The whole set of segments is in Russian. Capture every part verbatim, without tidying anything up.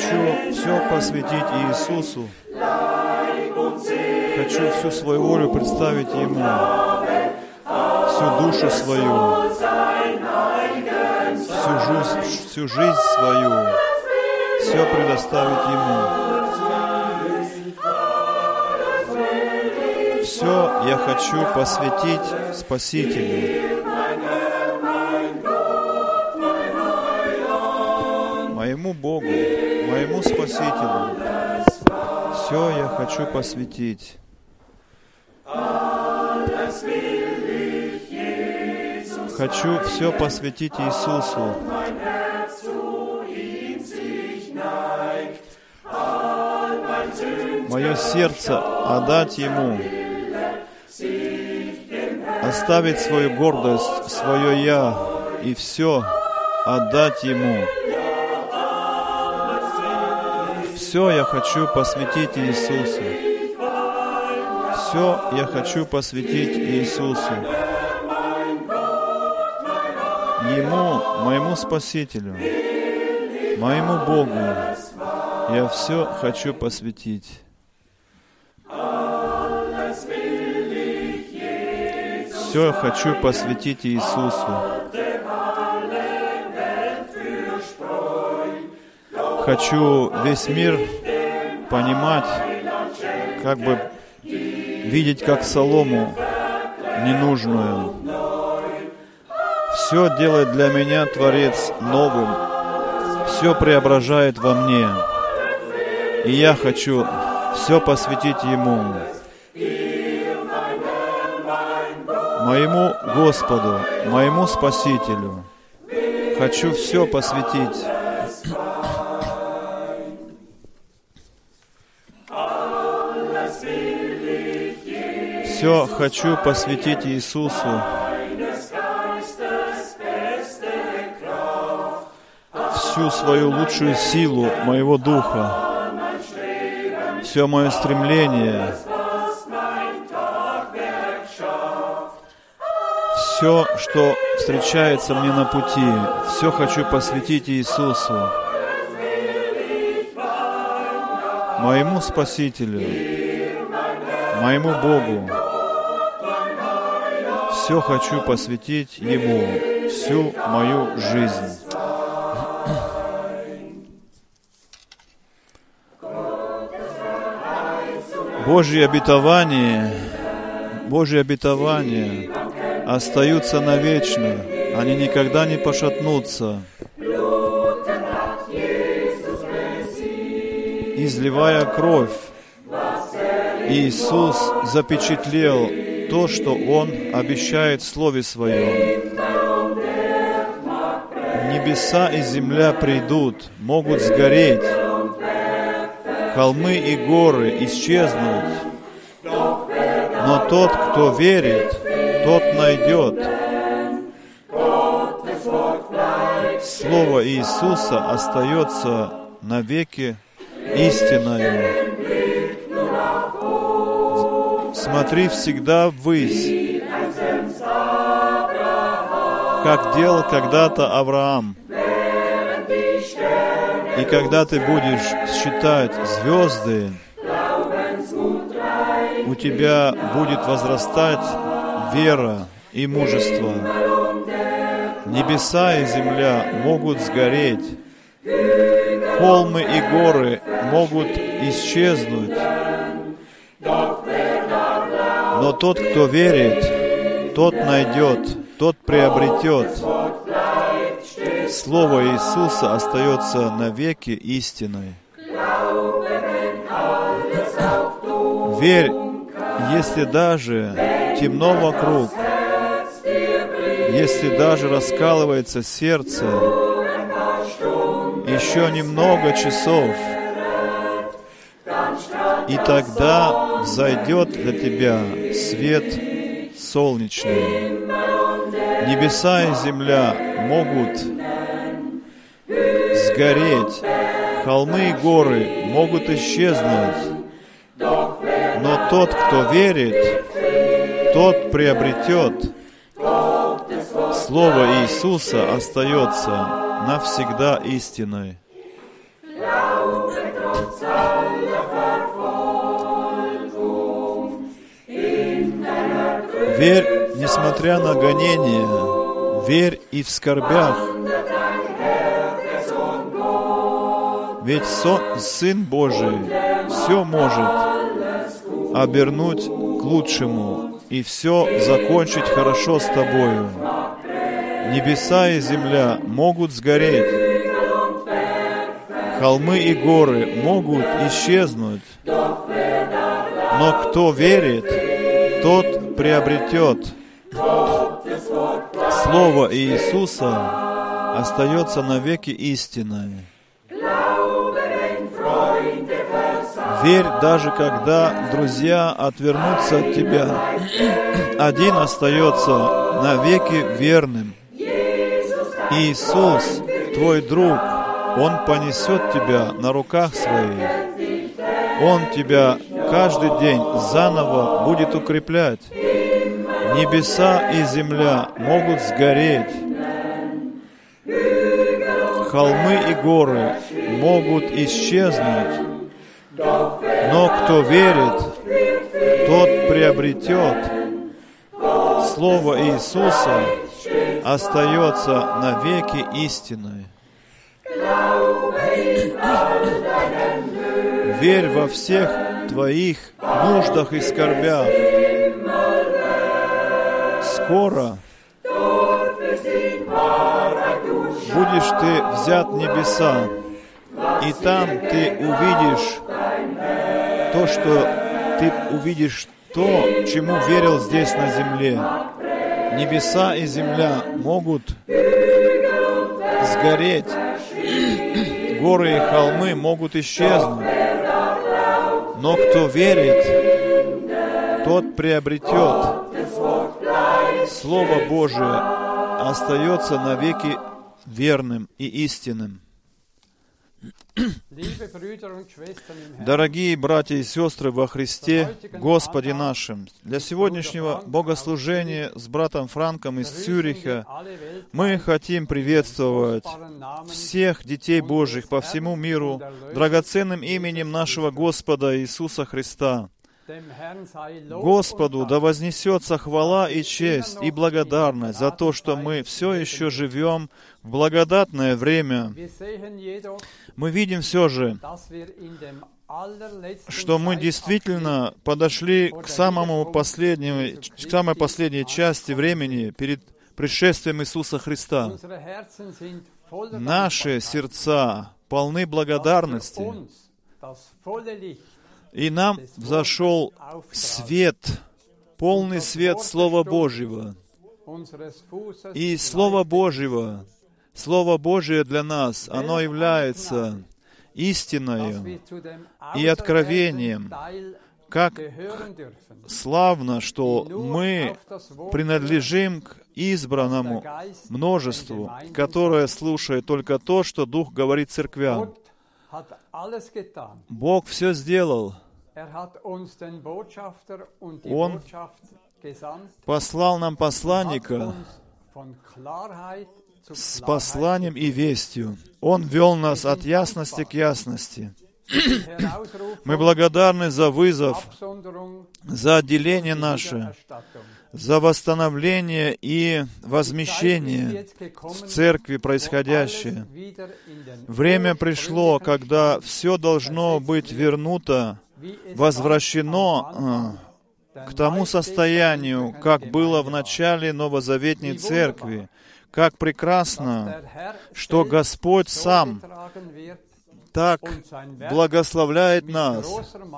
хочу все посвятить Иисусу. Хочу всю свою волю представить Ему, всю душу свою, всю жизнь, всю жизнь свою, все предоставить Ему. Все я хочу посвятить Спасителю, моему Богу, моему Спасителю. Все я хочу посвятить. Хочу все посвятить Иисусу. Мое сердце отдать Ему. Оставить свою гордость, свое «я» и все отдать Ему. Все я хочу посвятить Иисусу. Все я хочу посвятить Иисусу. Ему, моему Спасителю, моему Богу, я все хочу посвятить. Все хочу посвятить Иисусу. Хочу весь мир понимать, как бы видеть как солому ненужную. Все делает для меня Творец новым. Все преображает во мне. И я хочу все посвятить Ему. Моему Господу, моему Спасителю. Хочу все посвятить. Все хочу посвятить Иисусу. Всю свою лучшую силу моего духа. Все мое стремление. Все, что встречается мне на пути, все хочу посвятить Иисусу, моему Спасителю, моему Богу. Все хочу посвятить Ему, всю мою жизнь. Божьи обетования, Божьи обетования остаются навечно, они никогда не пошатнутся. Изливая кровь, Иисус запечатлел то, что Он обещает в Слове Своем. Небеса и земля придут, могут сгореть, холмы и горы исчезнут, но тот, кто верит, тот найдет. Слово Иисуса остается навеки истиною. Смотри всегда ввысь, как делал когда-то Авраам. И когда ты будешь считать звезды, у тебя будет возрастать вера и мужество. Небеса и земля могут сгореть, холмы и горы могут исчезнуть, но тот, кто верит, тот найдет, тот приобретет. Слово Иисуса остается навеки истиной. Верь, если даже темно вокруг, если даже раскалывается сердце, еще немного часов, и тогда взойдет для тебя свет солнечный. Небеса и земля могут сгореть, холмы и горы могут исчезнуть, но тот, кто верит, тот приобретет. Слово Иисуса остается навсегда истиной. Верь, несмотря на гонения, верь и в скорбях. Ведь со, Сын Божий все может обернуть к лучшему и все закончить хорошо с тобою. Небеса и земля могут сгореть, холмы и горы могут исчезнуть, но кто верит, тот приобретет. Слово Иисуса остается навеки истиной. Верь, даже когда друзья отвернутся от тебя, один остается навеки верным. Иисус, твой друг, Он понесет тебя на руках своих. Он тебя каждый день заново будет укреплять. Небеса и земля могут сгореть. Холмы и горы могут исчезнуть. Но кто верит, тот приобретет. Слово Иисуса остается навеки истиной. Верь во всех твоих нуждах и скорбях. Скоро будешь ты взят в небеса, и там ты увидишь то, что ты увидишь то, чему верил здесь на земле. Небеса и земля могут сгореть, горы и холмы могут исчезнуть, но кто верит, тот приобретет. Слово Божие остается навеки верным и истинным. Дорогие братья и сестры во Христе, Господе нашим, для сегодняшнего богослужения с братом Франком из Цюриха мы хотим приветствовать всех детей Божьих по всему миру драгоценным именем нашего Господа Иисуса Христа. Господу да вознесется хвала и честь и благодарность за то, что мы все еще живем в благодатное время. Мы видим все же, что мы действительно подошли к самому последнему, к самой последней части времени перед пришествием Иисуса Христа. Наши сердца полны благодарности, и нам взошел свет, полный свет Слова Божьего. И Слово Божьего, Слово Божие для нас, оно является истиною и откровением. Как славно, что мы принадлежим к избранному множеству, которое слушает только то, что Дух говорит церквям. Бог все сделал. Он послал нам посланника с посланием и вестью. Он вел нас от ясности к ясности. Мы благодарны за вызов, за отделение наше, за восстановление и возмещение в церкви происходящее. Время пришло, когда все должно быть вернуто, возвращено к тому состоянию, как было в начале новозаветной церкви. Как прекрасно, что Господь Сам так благословляет нас.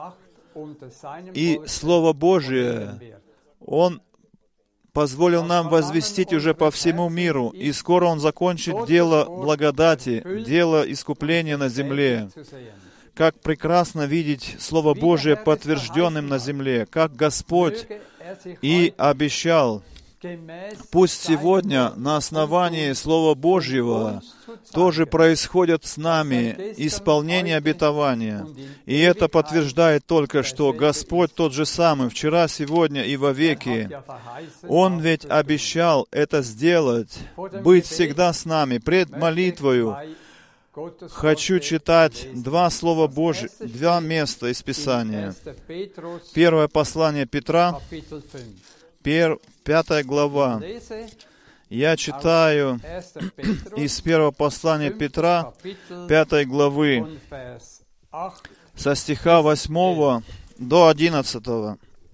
И Слово Божие Он позволил нам возвестить уже по всему миру, и скоро Он закончит дело благодати, дело искупления на земле. Как прекрасно видеть Слово Божие подтвержденным на земле, как Господь и обещал. Пусть сегодня на основании Слова Божьего тоже происходит с нами исполнение обетования. И это подтверждает только, что Господь тот же самый, вчера, сегодня и вовеки. Он ведь обещал это сделать, быть всегда с нами, пред молитвою, хочу читать два слова Божьих, два места из Писания. Первое послание Петра, пер, пятая глава. Я читаю из первого послания Петра, пятой главы, со стиха восьмого до одиннадцатого.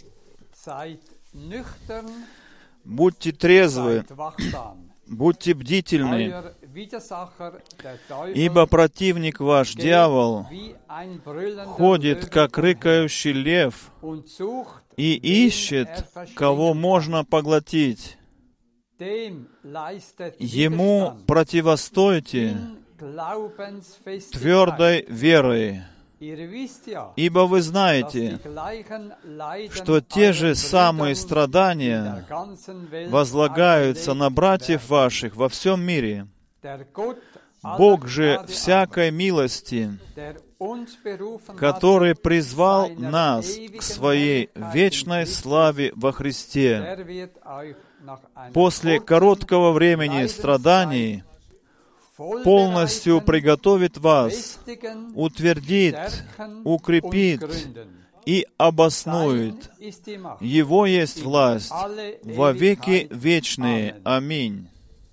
«Будьте трезвы, будьте бдительны, ибо противник ваш, дьявол, ходит, как рыкающий лев, и ищет, кого можно поглотить. Ему противостойте твердой верой, ибо вы знаете, что те же самые страдания возлагаются на братьев ваших во всем мире. Бог же всякой милости, который призвал нас к Своей вечной славе во Христе, после короткого времени страданий полностью приготовит вас, утвердит, укрепит и обоснует. Его есть власть во веки вечные. Аминь».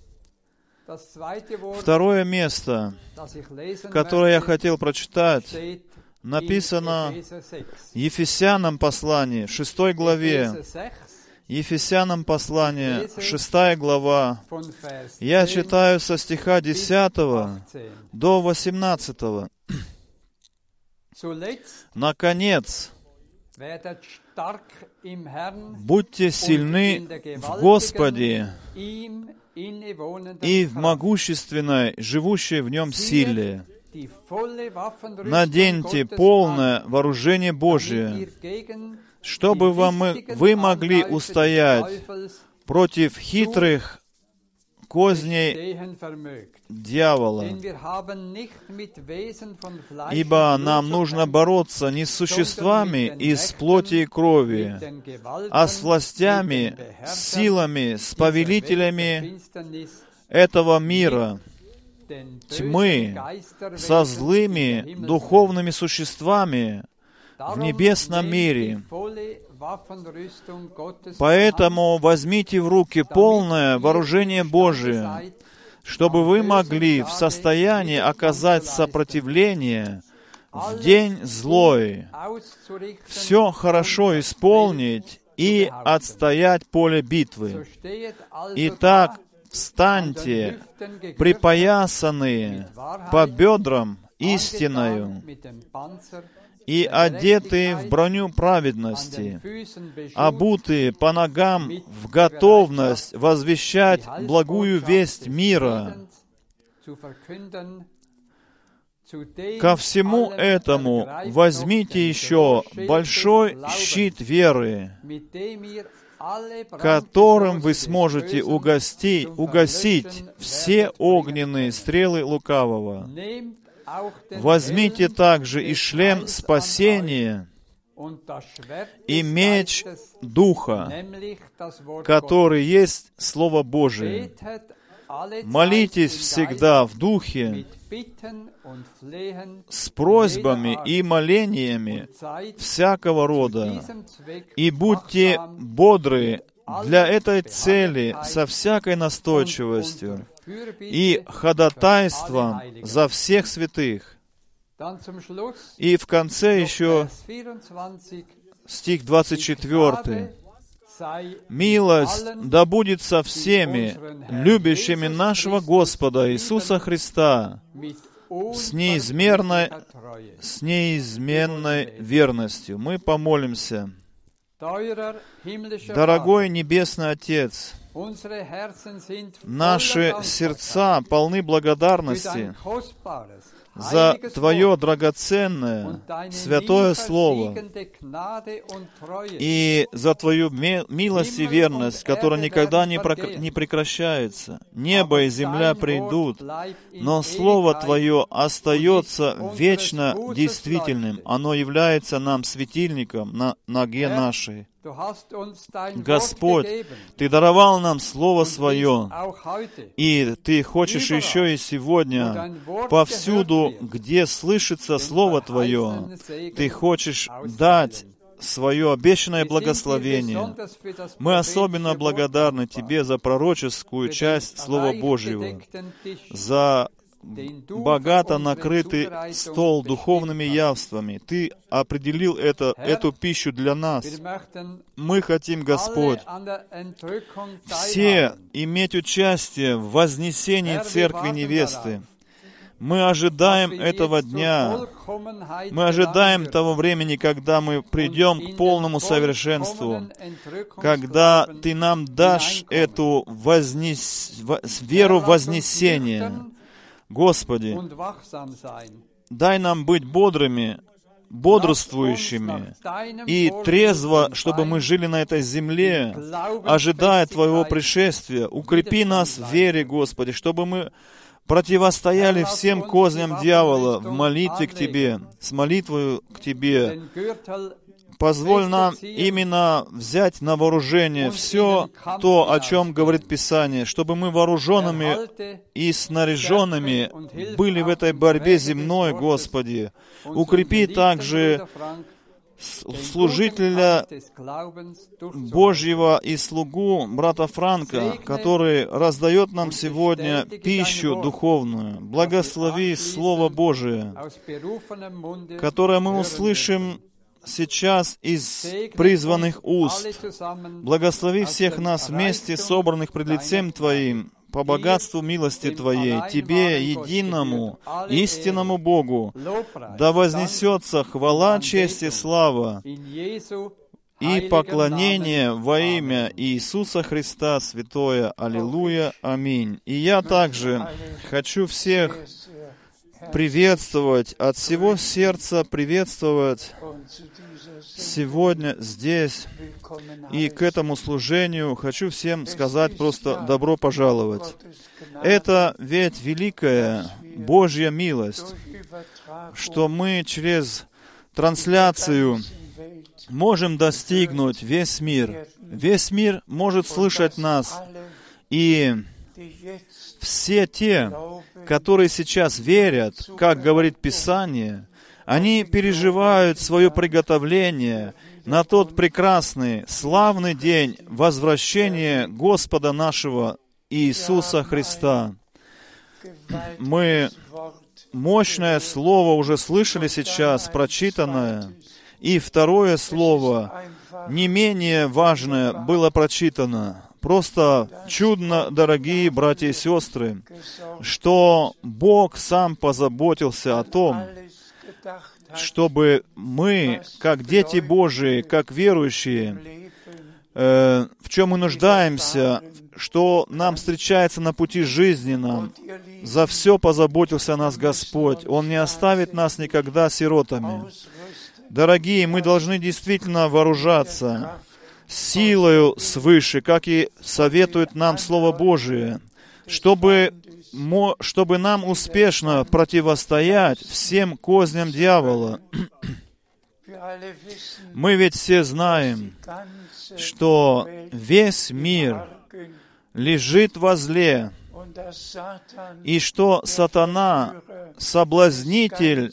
Второе место, которое я хотел прочитать, написано в Ефесянам послании, шестой главе. Ефесянам послание, шестая глава. Я читаю со стиха десятого до восемнадцатого. «Наконец, будьте сильны в Господе и в могущественной, живущей в Нем силе. Наденьте полное вооружение Божие, чтобы вам, вы могли устоять против хитрых козней дьявола. Ибо нам нужно бороться не с существами из плоти и крови, а с властями, с силами, с повелителями этого мира, тьмы, со злыми духовными существами в небесном мире. Поэтому возьмите в руки полное вооружение Божие, чтобы вы могли в состоянии оказать сопротивление в день злой, все хорошо исполнить и отстоять поле битвы. Итак, встаньте, припоясанные по бедрам истиною, и одетые в броню праведности, обутые по ногам в готовность возвещать благую весть мира. Ко всему этому возьмите еще большой щит веры, которым вы сможете угасти, угасить все огненные стрелы лукавого. Возьмите также и шлем спасения, и меч Духа, который есть Слово Божие. Молитесь всегда в Духе, с просьбами и молениями всякого рода, и будьте бодры для этой цели со всякой настойчивостью и ходатайством за всех святых. И в конце еще стих двадцать четвёртый. «Милость да будет со всеми, любящими нашего Господа Иисуса Христа, с неизмерной, с неизменной верностью». Мы помолимся. Дорогой Небесный Отец, наши сердца полны благодарности за Твое драгоценное, святое Слово и за Твою милость и верность, которая никогда не прекращается. Небо и земля придут, но Слово Твое остается вечно действительным. Оно является нам светильником на ноге нашей. Господь, Ты даровал нам Слово Свое, и Ты хочешь еще и сегодня, повсюду, где слышится Слово Твое, Ты хочешь дать свое обещанное благословение. Мы особенно благодарны Тебе за пророческую часть Слова Божьего, за богато накрытый стол духовными явствами. Ты определил это, эту пищу для нас. Мы хотим, Господь, все иметь участие в вознесении Церкви Невесты. Мы ожидаем этого дня. Мы ожидаем того времени, когда мы придем к полному совершенству, когда Ты нам дашь эту вознес... веру вознесения. Господи, дай нам быть бодрыми, бодрствующими и трезво, чтобы мы жили на этой земле, ожидая Твоего пришествия. Укрепи нас в вере, Господи, чтобы мы противостояли всем козням дьявола в молитве к Тебе, с молитвою к Тебе. Позволь нам именно взять на вооружение все то, о чем говорит Писание, чтобы мы вооруженными и снаряженными были в этой борьбе земной, Господи. Укрепи также служителя Божьего и слугу брата Франка, который раздает нам сегодня пищу духовную. Благослови Слово Божие, которое мы услышим сейчас из призванных уст. Благослови всех нас вместе, собранных пред лицем Твоим, по богатству милости Твоей, Тебе, единому, истинному Богу, да вознесется хвала, честь и слава и поклонение во имя Иисуса Христа Святое. Аллилуйя. Аминь. И я также хочу всех приветствовать, от всего сердца приветствовать сегодня здесь. И к этому служению хочу всем сказать просто добро пожаловать. Это ведь великая Божья милость, что мы через трансляцию можем достигнуть весь мир. Весь мир может слышать нас. И все те, которые сейчас верят, как говорит Писание, они переживают свое приготовление на тот прекрасный, славный день возвращения Господа нашего Иисуса Христа. Мы мощное слово уже слышали сейчас, прочитанное, и второе слово, не менее важное, было прочитано. Просто чудно, дорогие братья и сестры, что Бог сам позаботился о том, чтобы мы, как дети Божии, как верующие, э, в чем мы нуждаемся, что нам встречается на пути жизни нам, за все позаботился о нас Господь. Он не оставит нас никогда сиротами. Дорогие, мы должны действительно вооружаться силою свыше, как и советует нам Слово Божие, чтобы, чтобы нам успешно противостоять всем козням дьявола. Мы ведь все знаем, что весь мир лежит во зле, и что сатана, соблазнитель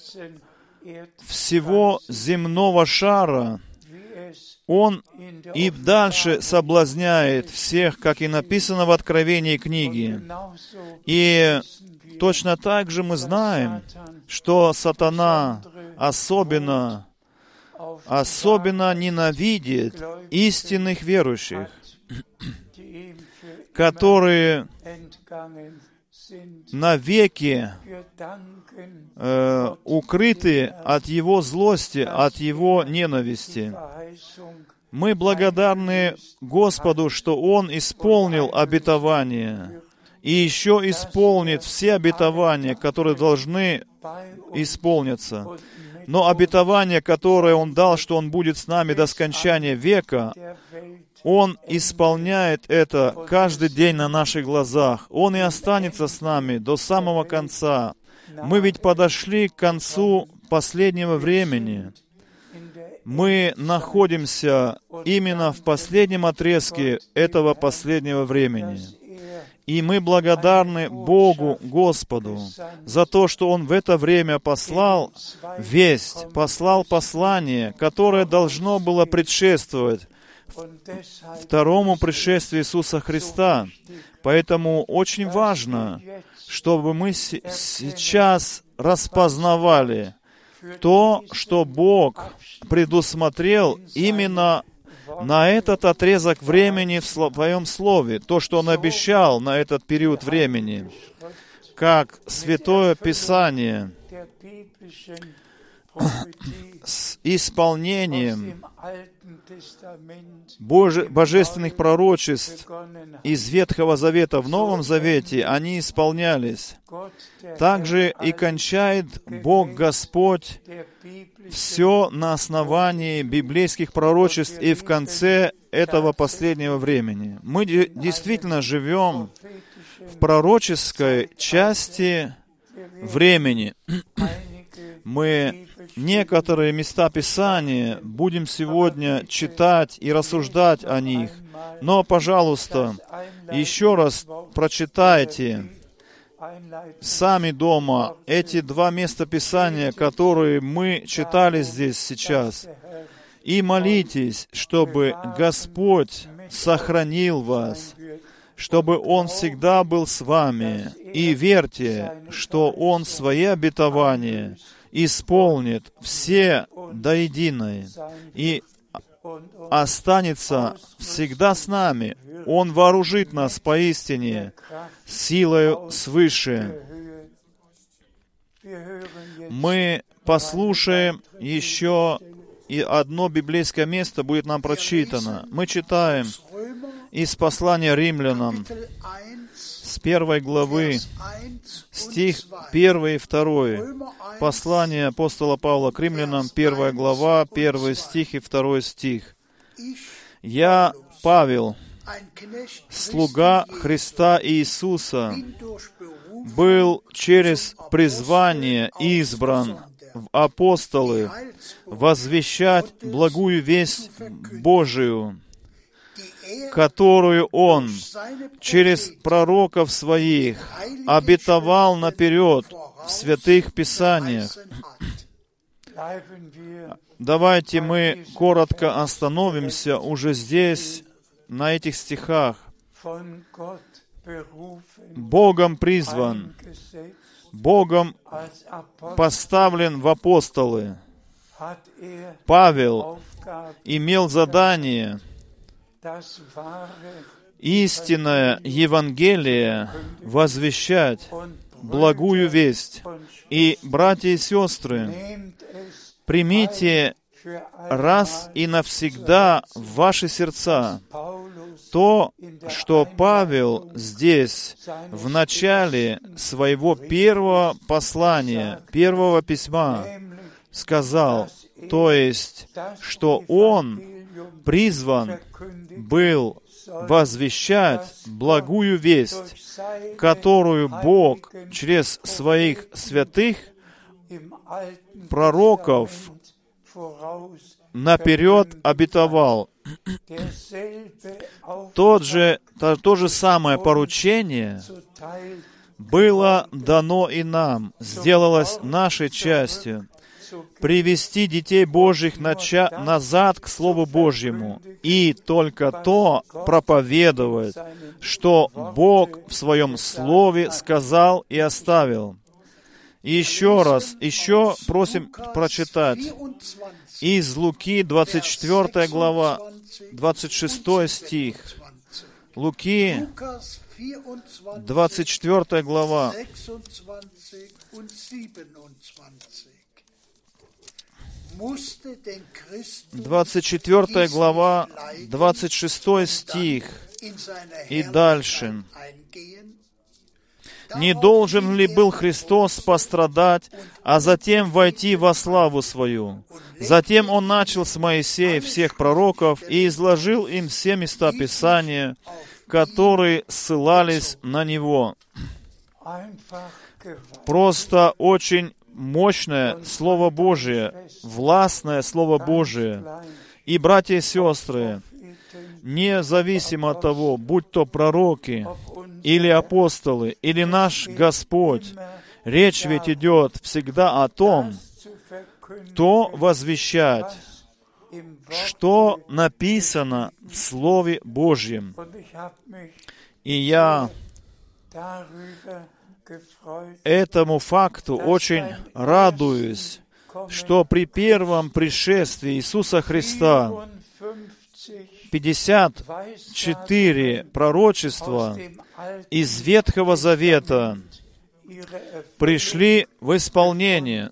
всего земного шара, он и дальше соблазняет всех, как и написано в Откровении книги. И точно так же мы знаем, что сатана особенно, особенно ненавидит истинных верующих, которые навеки э, укрыты от его злости, от его ненависти. Мы благодарны Господу, что Он исполнил обетование и еще исполнит все обетования, которые должны исполниться. Но обетование, которое Он дал, что Он будет с нами до скончания века, Он исполняет это каждый день на наших глазах. Он и останется с нами до самого конца. Мы ведь подошли к концу последнего времени. Мы находимся именно в последнем отрезке этого последнего времени. И мы благодарны Богу, Господу, за то, что Он в это время послал весть, послал послание, которое должно было предшествовать второму пришествию Иисуса Христа. Поэтому очень важно, чтобы мы сейчас распознавали то, что Бог предусмотрел именно на этот отрезок времени в Своем Слове, то, что Он обещал на этот период времени, как Святое Писание с исполнением Боже, божественных пророчеств из Ветхого Завета в Новом Завете, они исполнялись. Также и кончает Бог Господь все на основании библейских пророчеств и в конце этого последнего времени. Мы действительно живем в пророческой части времени. Мы некоторые места Писания будем сегодня читать и рассуждать о них. Но, пожалуйста, еще раз прочитайте сами дома эти два места Писания, которые мы читали здесь сейчас, и молитесь, чтобы Господь сохранил вас, чтобы Он всегда был с вами. И верьте, что Он свои обетования исполнит все до единой и останется всегда с нами. Он вооружит нас поистине силою свыше. Мы послушаем еще, и одно библейское место будет нам прочитано. Мы читаем из послания римлянам, с первой главы, стих первый и второй. Послание апостола Павла к римлянам, первая глава, первый стих и второй стих. «Я, Павел, слуга Христа Иисуса, был через призвание избран в апостолы возвещать благую весть Божию, которую Он через пророков Своих обетовал наперед в святых Писаниях». Давайте мы коротко остановимся уже здесь, на этих стихах. Богом призван, Богом поставлен в апостолы. Павел имел задание истинное Евангелие возвещать, благую весть. И, братья и сестры, примите раз и навсегда в ваши сердца то, что Павел здесь, в начале своего первого послания, первого письма, сказал, то есть, что он призван был возвещать благую весть, которую Бог через своих святых пророков наперед обетовал. Тот же, то, то же самое поручение было дано и нам, сделалось нашей частью, привести детей Божьих нача- назад к Слову Божьему и только то проповедовать, что Бог в Своем Слове сказал и оставил. И еще раз, еще просим прочитать из Луки, двадцать четвёртая глава, двадцать шестой стих. Луки, двадцать четвёртая глава, двадцать четвёртая глава, двадцать шестой стих и дальше. «Не должен ли был Христос пострадать, а затем войти во славу Свою? Затем Он начал с Моисея всех пророков и изложил им все места Писания, которые ссылались на Него». Просто очень мощное Слово Божие, властное Слово Божие. И, братья и сестры, независимо от того, будь то пророки, или апостолы, или наш Господь, речь ведь идет всегда о том, то возвещать, что написано в Слове Божьем. И я этому факту очень радуюсь, что при первом пришествии Иисуса Христа пятьдесят четыре пророчества из Ветхого Завета пришли в исполнение.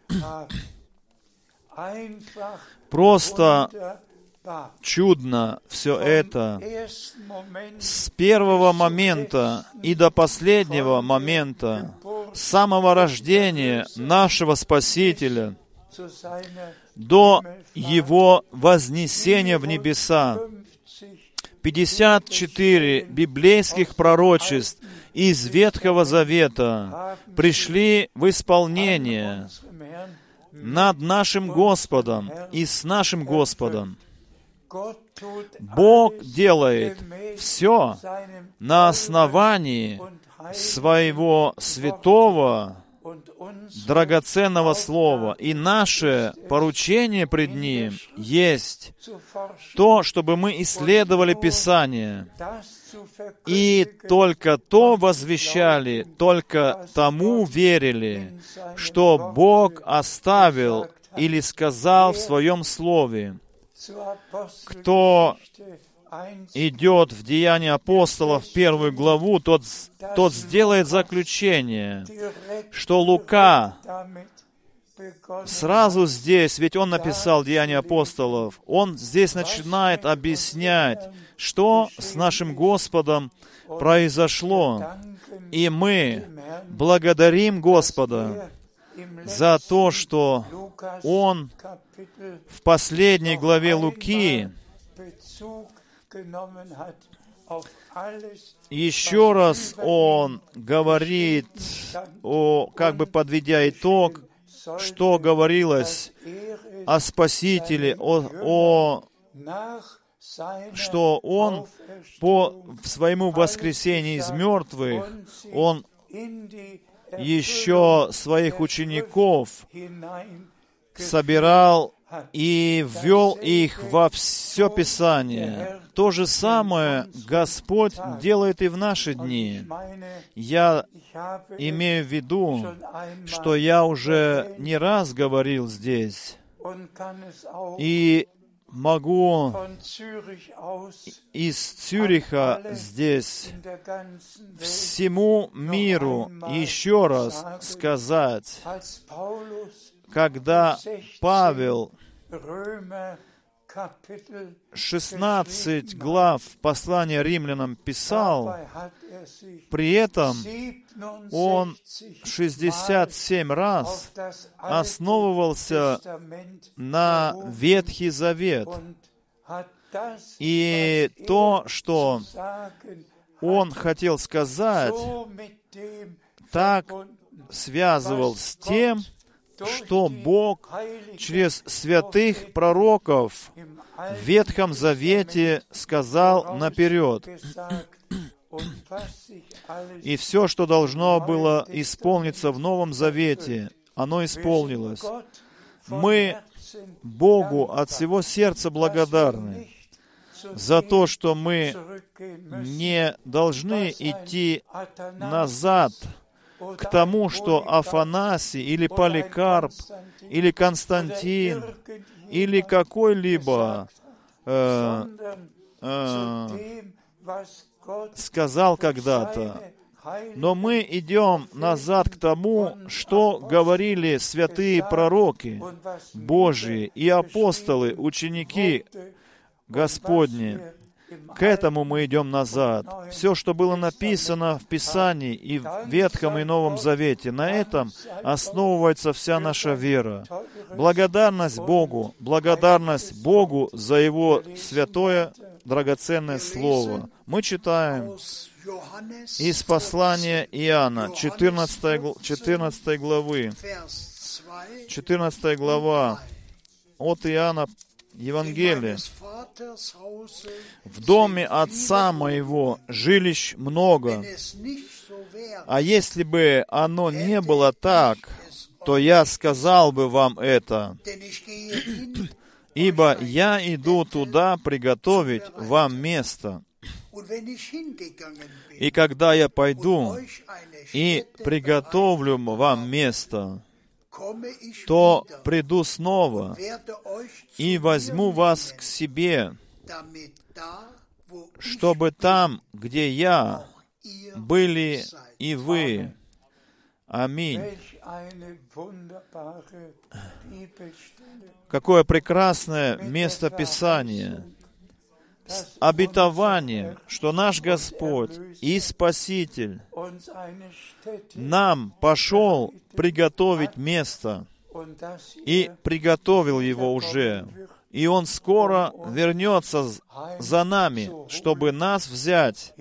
Просто чудно все это. С первого момента и до последнего момента, с самого рождения нашего Спасителя до Его вознесения в небеса, пятьдесят четыре библейских пророчеств из Ветхого Завета пришли в исполнение над нашим Господом и с нашим Господом. Бог делает все на основании Своего святого, драгоценного Слова. И наше поручение пред Ним есть то, чтобы мы исследовали Писание и только то возвещали, только тому верили, что Бог оставил или сказал в Своем Слове. Кто идет в Деяния апостолов, в первую главу, тот, тот сделает заключение, что Лука сразу здесь, ведь он написал Деяния апостолов, он здесь начинает объяснять, что с нашим Господом произошло. И мы благодарим Господа за то, что Он в последней главе Луки еще раз Он говорит, о, как бы подведя итог, что говорилось о Спасителе, о, о, что Он по своему воскресению из мертвых, Он еще своих учеников собирал и ввел их во все Писание. То же самое Господь делает и в наши дни. Я имею в виду, что я уже не раз говорил здесь, и могу из Цюриха здесь всему миру еще раз сказать, когда Павел шестнадцать глав послания римлянам писал, при этом он шестьдесят семь раз основывался на Ветхий Завет. И то, что он хотел сказать, так связывал с тем, что Бог через святых пророков в Ветхом Завете сказал наперед. И все, что должно было исполниться в Новом Завете, оно исполнилось. Мы Богу от всего сердца благодарны за то, что мы не должны идти назад к тому, что Афанасий или Поликарп или Константин или какой-либо э, э, сказал когда-то. Но мы идем назад к тому, что говорили святые пророки Божьи и апостолы, ученики Господни. К этому мы идем назад. Все, что было написано в Писании и в Ветхом и Новом Завете, на этом основывается вся наша вера. Благодарность Богу, благодарность Богу за Его святое, драгоценное Слово. Мы читаем из послания Иоанна, четырнадцатой главы, четырнадцатая глава от Иоанна Евангелие. «В доме Отца Моего жилищ много, а если бы оно не было так, то я сказал бы вам это. Ибо я иду туда приготовить вам место. И когда я пойду и приготовлю вам место, то приду снова и возьму вас к себе, чтобы там, где я, были и вы». Аминь. Какое прекрасное место Писания. С обетованием, что наш Господь и Спаситель нам пошел приготовить место и приготовил его уже. И Он скоро вернется за нами, чтобы нас взять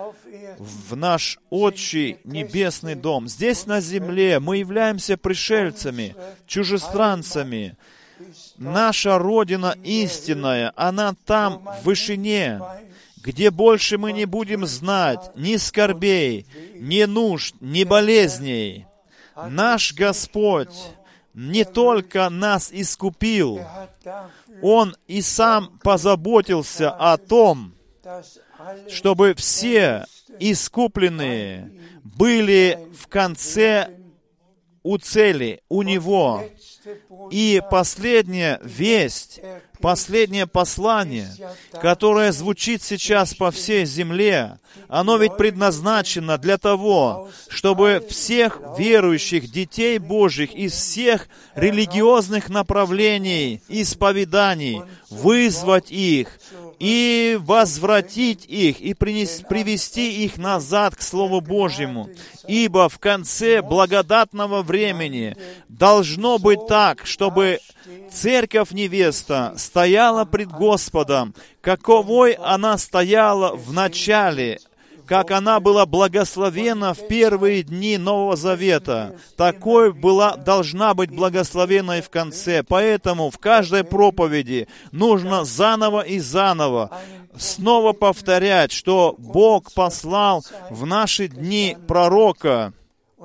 в наш Отчий Небесный дом. Здесь на земле мы являемся пришельцами, чужестранцами. Наша Родина истинная, она там, в вышине, где больше мы не будем знать ни скорбей, ни нужд, ни болезней. Наш Господь не только нас искупил, Он и Сам позаботился о том, чтобы все искупленные были в конце у цели, у Него. И последняя весть, последнее послание, которое звучит сейчас по всей земле, оно ведь предназначено для того, чтобы всех верующих детей Божьих из всех религиозных направлений, исповеданий, вызвать их и возвратить их, и принес, привести их назад к Слову Божьему. Ибо в конце благодатного времени должно быть так, чтобы церковь-невеста стояла пред Господом, каковой она стояла в начале, как она была благословена в первые дни Нового Завета, такой была, должна быть благословена и в конце. Поэтому в каждой проповеди нужно заново и заново снова повторять, что Бог послал в наши дни пророка.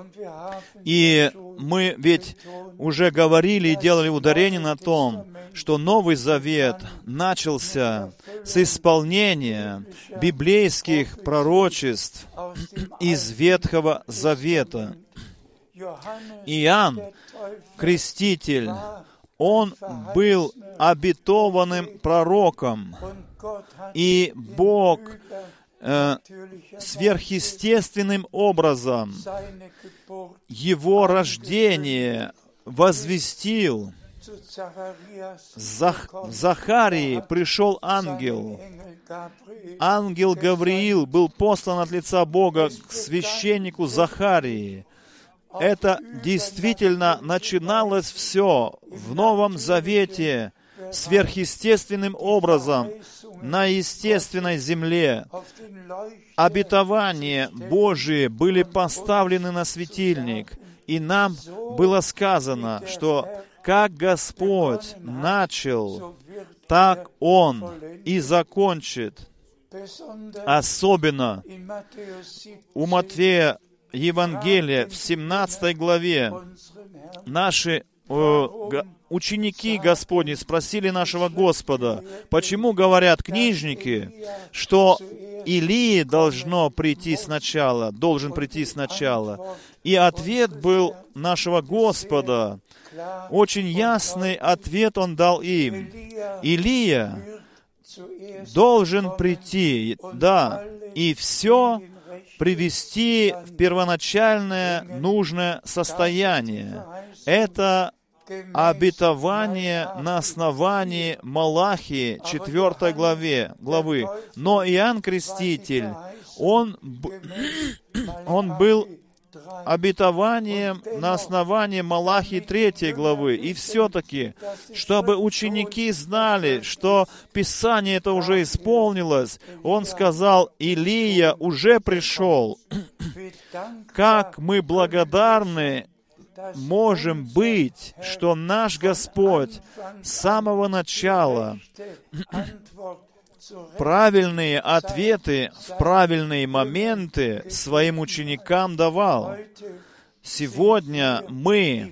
И мы ведь уже говорили и делали ударение на том, что Новый Завет начался с исполнения библейских пророчеств из Ветхого Завета. Иоанн, Креститель, он был обетованным пророком, и Бог э, сверхъестественным образом его рождение возвестил. Зах... В Захарии пришел ангел. Ангел Гавриил был послан от лица Бога к священнику Захарии. Это действительно начиналось все в Новом Завете сверхъестественным образом на естественной земле. Обетования Божии были поставлены на светильник, и нам было сказано, что как Господь начал, так Он и закончит. Особенно у Матфея Евангелия в семнадцатой главе наши э, ученики Господни спросили нашего Господа, почему говорят книжники, что Илии должно прийти сначала, должен прийти сначала. И ответ был нашего Господа. Очень ясный ответ Он дал им. Илия должен прийти, да, и все привести в первоначальное нужное состояние. Это обетование на основании Малахии, четвёртой главе, главы. Но Иоанн Креститель, он, он был обетованием на основании Малахии третьей главы. И все-таки, чтобы ученики знали, что Писание это уже исполнилось, он сказал, Илия уже пришел. Как мы благодарны можем быть, что наш Господь с самого начала правильные ответы в правильные моменты своим ученикам давал. Сегодня мы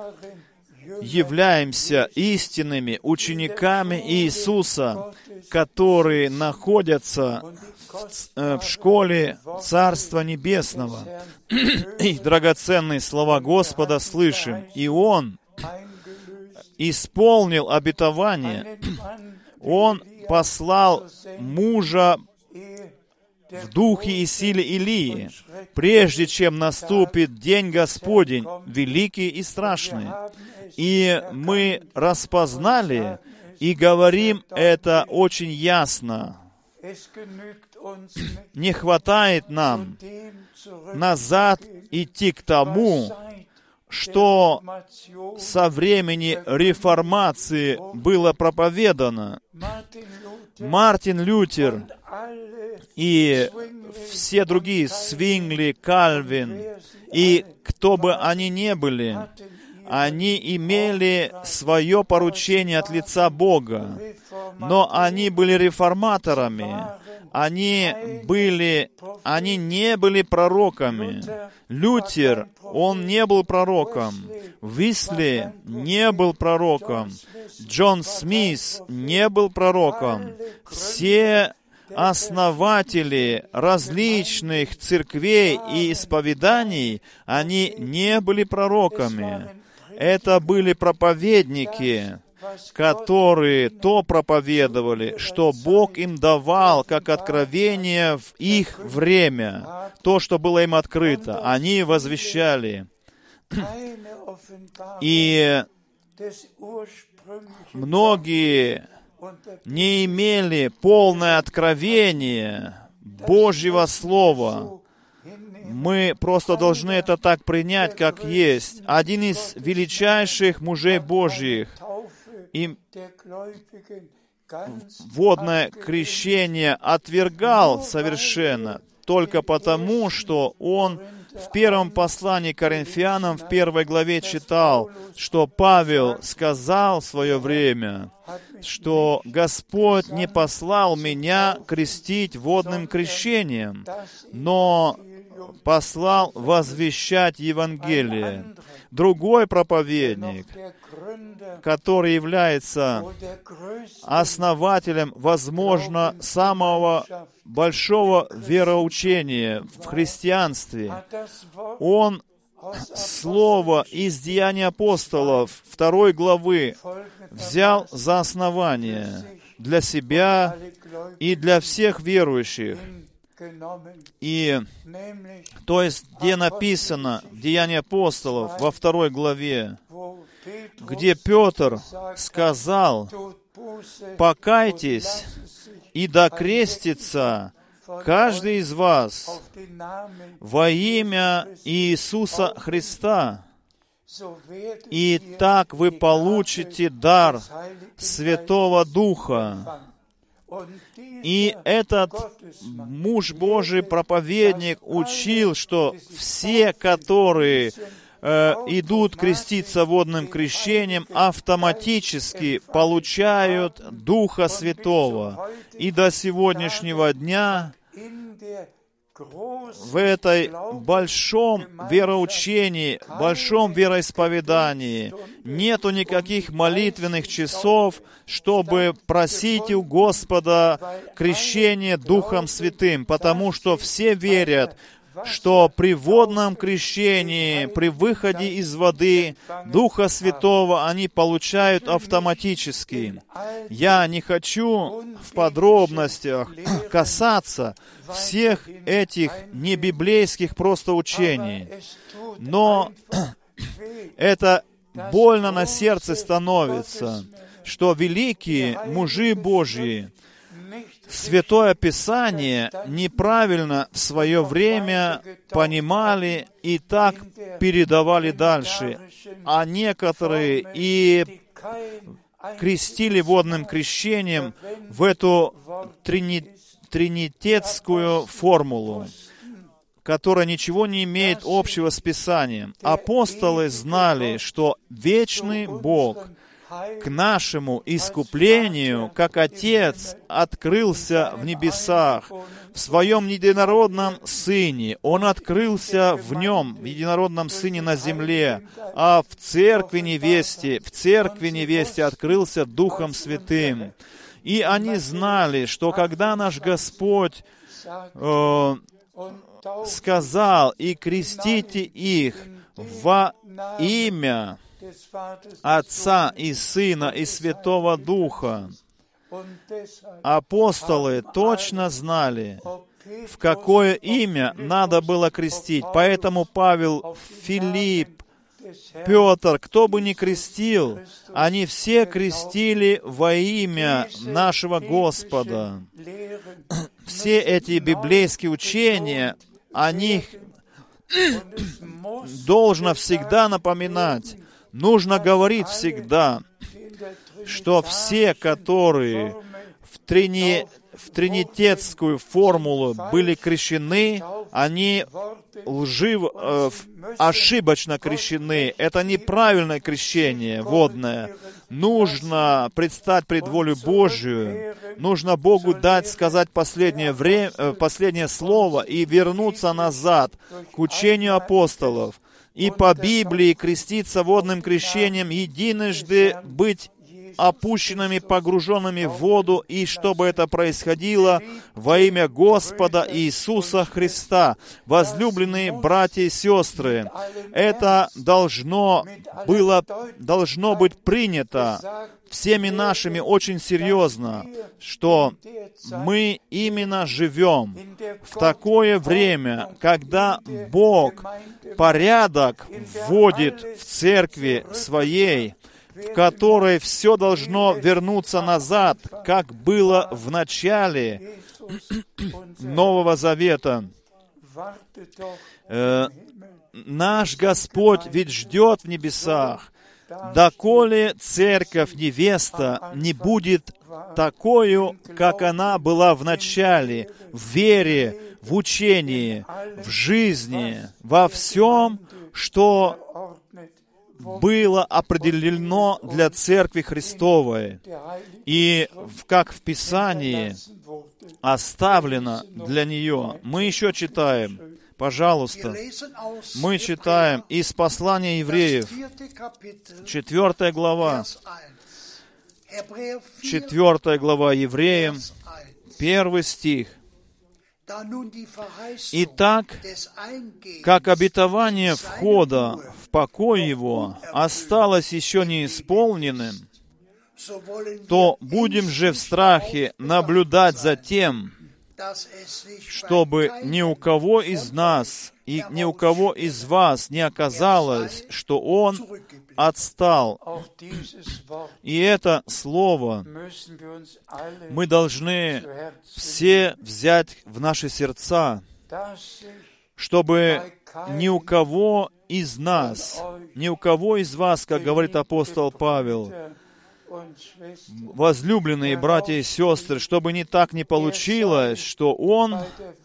являемся истинными учениками Иисуса, которые находятся в, в школе Царства Небесного. И драгоценные слова Господа слышим. И Он исполнил обетование. Он послал мужа в духе и силе Илии, прежде чем наступит день Господень, великий и страшный. И мы распознали и говорим это очень ясно. Не хватает нам назад идти к тому, что со времени реформации было проповедано. Мартин Лютер и все другие, Свингли, Кальвин, и кто бы они ни были, они имели свое поручение от лица Бога, но они были реформаторами, они были, они не были пророками. Лютер, он не был пророком. Уэсли не был пророком. Джон Смит не был пророком. Все основатели различных церквей и исповеданий, они не были пророками. Это были проповедники, которые то проповедовали, что Бог им давал как откровение в их время, то, что было им открыто. Они возвещали. И многие не имели полное откровение Божьего Слова. Мы просто должны это так принять, как есть. Один из величайших мужей Божьих, и водное крещение отвергал совершенно, только потому, что он в первом послании к Коринфянам в первой главе читал, что Павел сказал в свое время, что Господь не послал меня крестить водным крещением, но послал возвещать Евангелие. Другой проповедник, который является основателем, возможно, самого большого вероучения в христианстве, он слово из Деяний апостолов второй главы взял за основание для себя и для всех верующих. И, то есть, где написано в Деянии апостолов во второй главе, где Петр сказал: «Покайтесь и докрестится каждый из вас во имя Иисуса Христа, и так вы получите дар Святого Духа». И этот муж Божий, проповедник, учил, что все, которые э, идут креститься водным крещением, автоматически получают Духа Святого. И до сегодняшнего дня в этой большом вероучении, большом вероисповедании нету никаких молитвенных часов, чтобы просить у Господа крещение Духом Святым, потому что все верят, что при водном крещении, при выходе из воды Духа Святого они получают автоматически. Я не хочу в подробностях касаться всех этих небиблейских просто учений, но это больно на сердце становится, что великие мужи Божьи Святое Писание неправильно в свое время понимали и так передавали дальше, а некоторые и крестили водным крещением в эту трини... тринитетскую формулу. которое ничего не имеет общего с Писанием. Апостолы знали, что вечный Бог к нашему искуплению, как Отец, открылся в небесах, в Своем единородном Сыне. Он открылся в Нем, в единородном Сыне на земле, а в Церкви Невесте, в Церкви Невесте открылся Духом Святым. И они знали, что когда наш Господь э, сказал: «И крестите их во имя Отца и Сына и Святого Духа», апостолы точно знали, в какое имя надо было крестить. Поэтому Павел, Филипп, Петр, кто бы ни крестил, они все крестили во имя нашего Господа. Все эти библейские учения, о них должно всегда напоминать. Нужно говорить всегда, что все, которые в, трини, в тринитетскую формулу были крещены, они лживо, э, ошибочно крещены. Это неправильное крещение водное. Нужно предстать пред волю Божию. Нужно Богу дать сказать последнее, время, э, последнее слово и вернуться назад к учению апостолов. И по Библии креститься водным крещением, единожды быть опущенными, погруженными в воду, и чтобы это происходило во имя Господа Иисуса Христа. Возлюбленные братья и сестры, это должно было, должно быть принято всеми нашими очень серьезно, что мы именно живем в такое время, когда Бог порядок вводит в церкви Своей, в которой все должно вернуться назад, как было в начале Нового Завета. Э, наш Господь ведь ждет в небесах, доколе церковь невеста не будет такою, как она была в начале, в вере, в учении, в жизни, во всем, что было определено для Церкви Христовой, и как в Писании оставлено для нее. Мы еще читаем, пожалуйста, мы читаем из послания евреев, четвертая глава, четвертая глава евреям, первый стих. «Итак, как обетование входа в покой его осталось еще не исполненным, то будем же в страхе наблюдать за тем, чтобы ни у кого из нас и ни у кого из вас не оказалось, что он отстал». И это слово мы должны все взять в наши сердца, чтобы ни у кого из нас, ни у кого из вас, как говорит апостол Павел, возлюбленные братья и сестры, чтобы не так не получилось, что он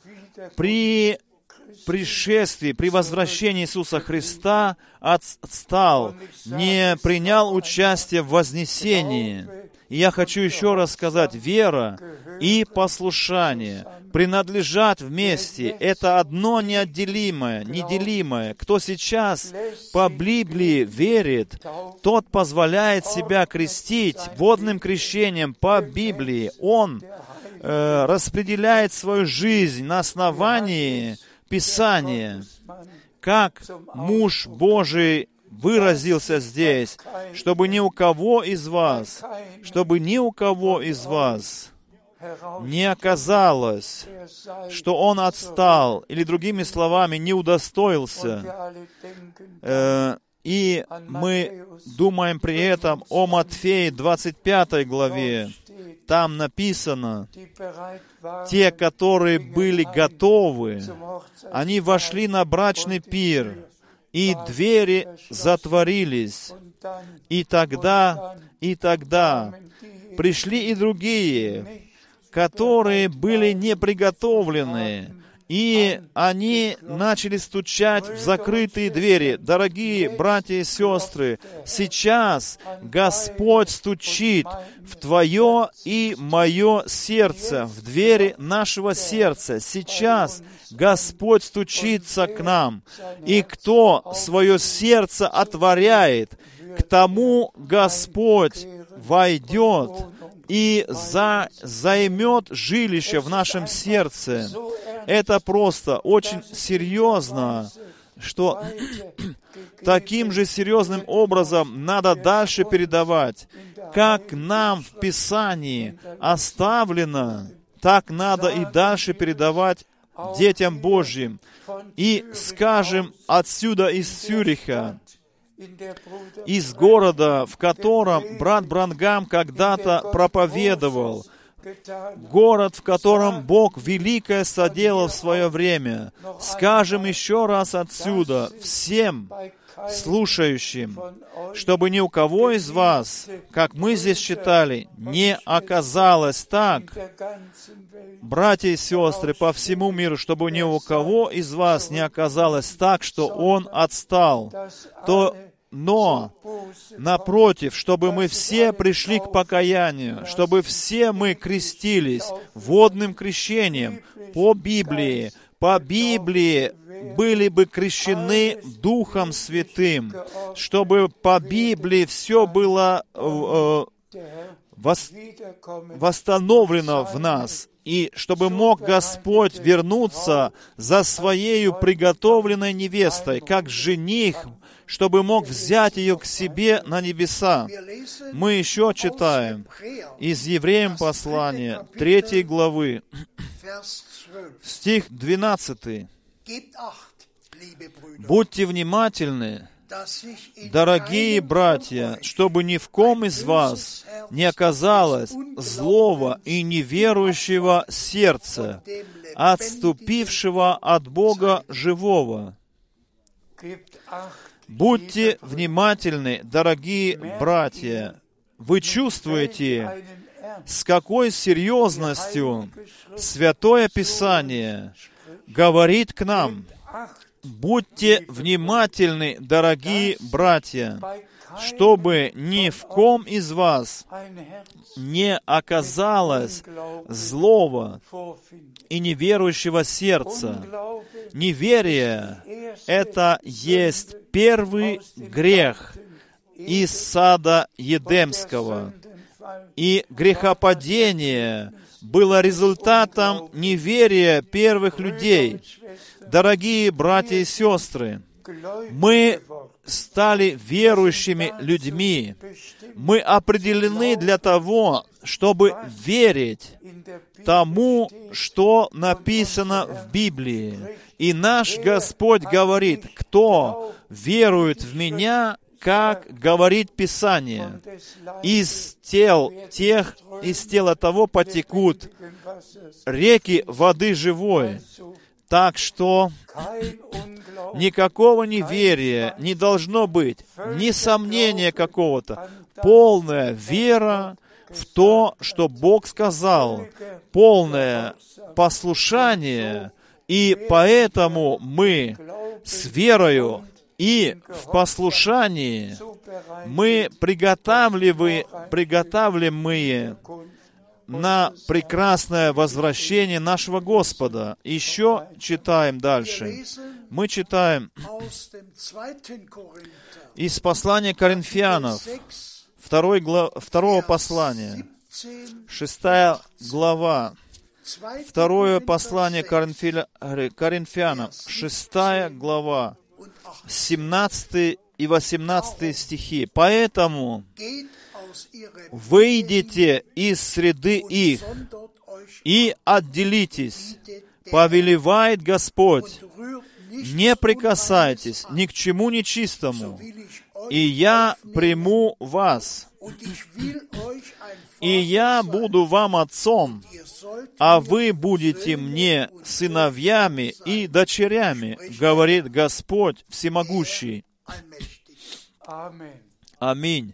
при пришествии, при возвращении Иисуса Христа отстал, не принял участие в вознесении. И я хочу еще раз сказать, вера и послушание принадлежат вместе. Это одно неотделимое, неделимое. Кто сейчас по Библии верит, тот позволяет себя крестить водным крещением по Библии. Он э, распределяет свою жизнь на основании Писания. Как муж Божий выразился здесь, чтобы ни у кого из вас, чтобы ни у кого из вас не оказалось, что он отстал, или другими словами, не удостоился. Э, и мы думаем при этом о Матфея двадцать пятой главе. Там написано, те, которые были готовы, они вошли на брачный пир, и двери затворились. И тогда, и тогда пришли и другие, которые были не приготовлены, И они начали стучать в закрытые двери. Дорогие братья и сестры, сейчас Господь стучит в твое и мое сердце, в двери нашего сердца. Сейчас Господь стучится к нам. И кто свое сердце отворяет, к тому Господь войдет и за, займет жилище в нашем сердце. Это просто очень серьезно, что таким же серьезным образом надо дальше передавать. Как нам в Писании оставлено, так надо и дальше передавать детям Божьим. И скажем отсюда из Цюриха, из города, в котором брат Бранхам когда-то проповедовал, город, в котором Бог великое соделал в свое время. Скажем еще раз отсюда всем слушающим, чтобы ни у кого из вас, как мы здесь читали, не оказалось так, братья и сестры по всему миру, чтобы ни у кого из вас не оказалось так, что он отстал, то но, напротив, чтобы мы все пришли к покаянию, чтобы все мы крестились водным крещением по Библии, по Библии были бы крещены Духом Святым, чтобы по Библии все было э, вос, восстановлено в нас, и чтобы мог Господь вернуться за Своею приготовленной невестой, как жених, чтобы мог взять ее к себе на небеса. Мы еще читаем из Евреям послания, третьей главы, стих двенадцатый. «Будьте внимательны, дорогие братья, чтобы ни в ком из вас не оказалось злого и неверующего сердца, отступившего от Бога живого». Будьте внимательны, дорогие братья. Вы чувствуете, с какой серьезностью Святое Писание говорит к нам. Будьте внимательны, дорогие братья, чтобы ни в ком из вас не оказалось злого и неверующего сердца. Неверие — это есть первый грех из сада Едемского. И грехопадение было результатом неверия первых людей. Дорогие братья и сестры, мы стали верующими людьми. Мы определены для того, чтобы верить тому, что написано в Библии. И наш Господь говорит: кто верует в Меня, как говорит Писание, из тел тех, из тела того потекут реки воды живой. Так что никакого неверия не должно быть, ни сомнения какого-то. Полная вера в то, что Бог сказал, полное послушание, и поэтому мы с верою и в послушании мы приготавливаем, приготавливаемые на прекрасное возвращение нашего Господа. Еще читаем дальше. Мы читаем из послания Коринфянов, второй глав, второго послания, шестая глава, второе послание Коринфянам, шестая глава, семнадцатый и восемнадцатый стихи. «Поэтому выйдите из среды их и отделитесь, повелевает Господь, не прикасайтесь ни к чему нечистому, и я приму вас, и я буду вам отцом, а вы будете мне сыновьями и дочерями, говорит Господь Всемогущий». Аминь.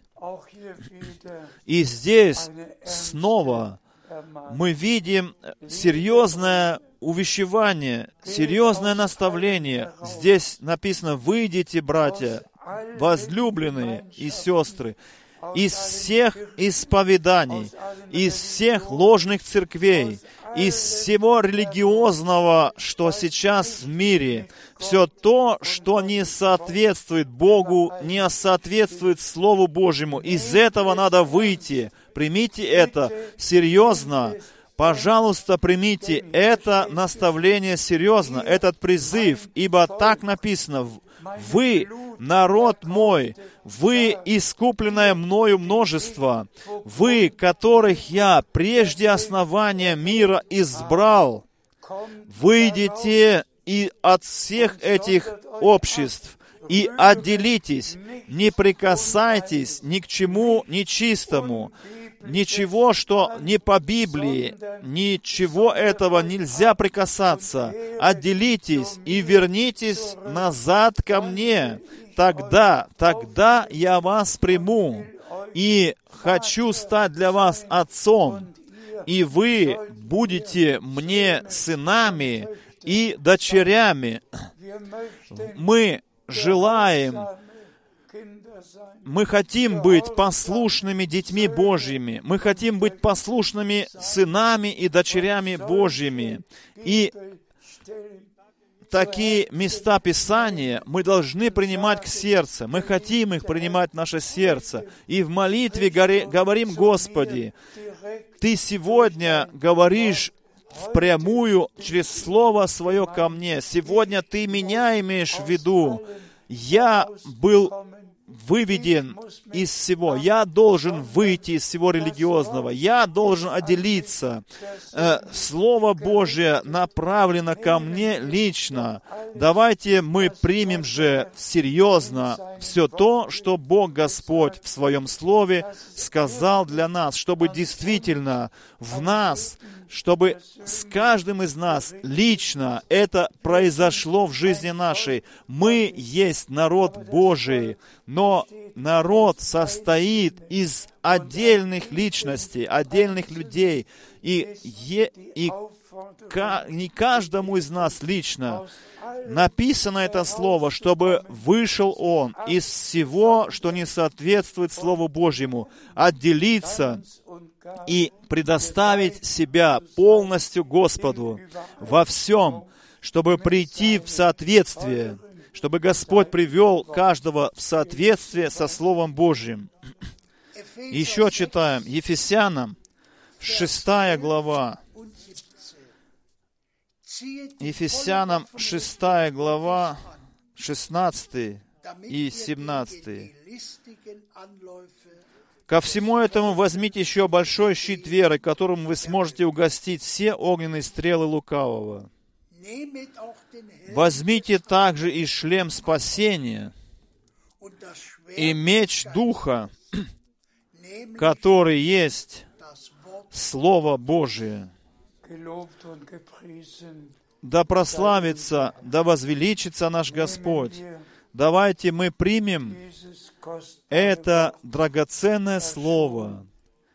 И здесь снова мы видим серьезное увещевание, серьезное наставление. Здесь написано: «Выйдите, братья, возлюбленные и сестры, из всех исповеданий, из всех ложных церквей, из всего религиозного, что сейчас в мире, все то, что не соответствует Богу, не соответствует Слову Божьему, из этого надо выйти». Примите это серьезно. Пожалуйста, примите это наставление серьезно, этот призыв, ибо так написано: «Вы, народ мой, вы, искупленное мною множество, вы, которых я прежде основания мира избрал, выйдите и от всех этих обществ и отделитесь, не прикасайтесь ни к чему нечистому». Ничего, что не по Библии, ничего этого нельзя прикасаться. Отделитесь и вернитесь назад ко мне. Тогда, тогда я вас приму и хочу стать для вас отцом, и вы будете мне сынами и дочерями. Мы желаем, мы хотим быть послушными детьми Божьими. Мы хотим быть послушными сынами и дочерями Божьими. И такие места Писания мы должны принимать к сердцу. Мы хотим их принимать в наше сердце. И в молитве говорим: «Господи, Ты сегодня говоришь впрямую через Слово Свое ко мне. Сегодня Ты меня имеешь в виду. Я был выведен из всего. Я должен выйти из всего религиозного. Я должен отделиться. Слово Божие направлено ко мне лично. Давайте мы примем же серьезно все то, что Бог Господь в Своем Слове сказал для нас, чтобы действительно в нас, чтобы с каждым из нас лично это произошло в жизни нашей. Мы есть народ Божий, но народ состоит из отдельных личностей, отдельных людей, и, е, и ка, не каждому из нас лично написано это слово, чтобы вышел он из всего, что не соответствует Слову Божьему, отделиться и предоставить себя полностью Господу во всем, чтобы прийти в соответствие, чтобы Господь привел каждого в соответствие со Словом Божьим. Еще читаем Ефесянам, шестая глава. Ефесянам, шестая глава, шестнадцатый и семнадцатый. «Ко всему этому возьмите еще большой щит веры, которым вы сможете угостить все огненные стрелы лукавого. Возьмите также и шлем спасения, и меч Духа, который есть Слово Божие. Да прославится, да возвеличится наш Господь». Давайте мы примем это драгоценное слово,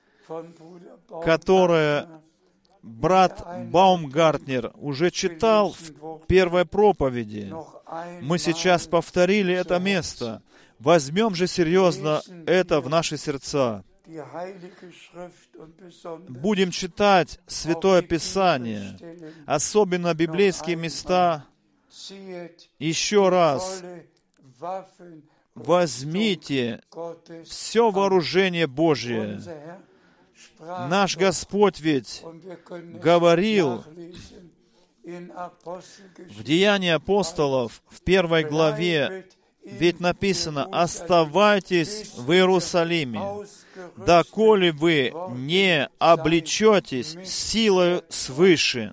которое брат Баумгартнер уже читал в первой проповеди. Мы сейчас повторили это место. Возьмем же серьезно это в наши сердца. Будем читать Святое Писание, особенно библейские места. Еще раз возьмите все вооружение Божие. Наш Господь ведь говорил в Деянии апостолов в первой главе, ведь написано: «Оставайтесь в Иерусалиме, доколе вы не облечетесь силою свыше».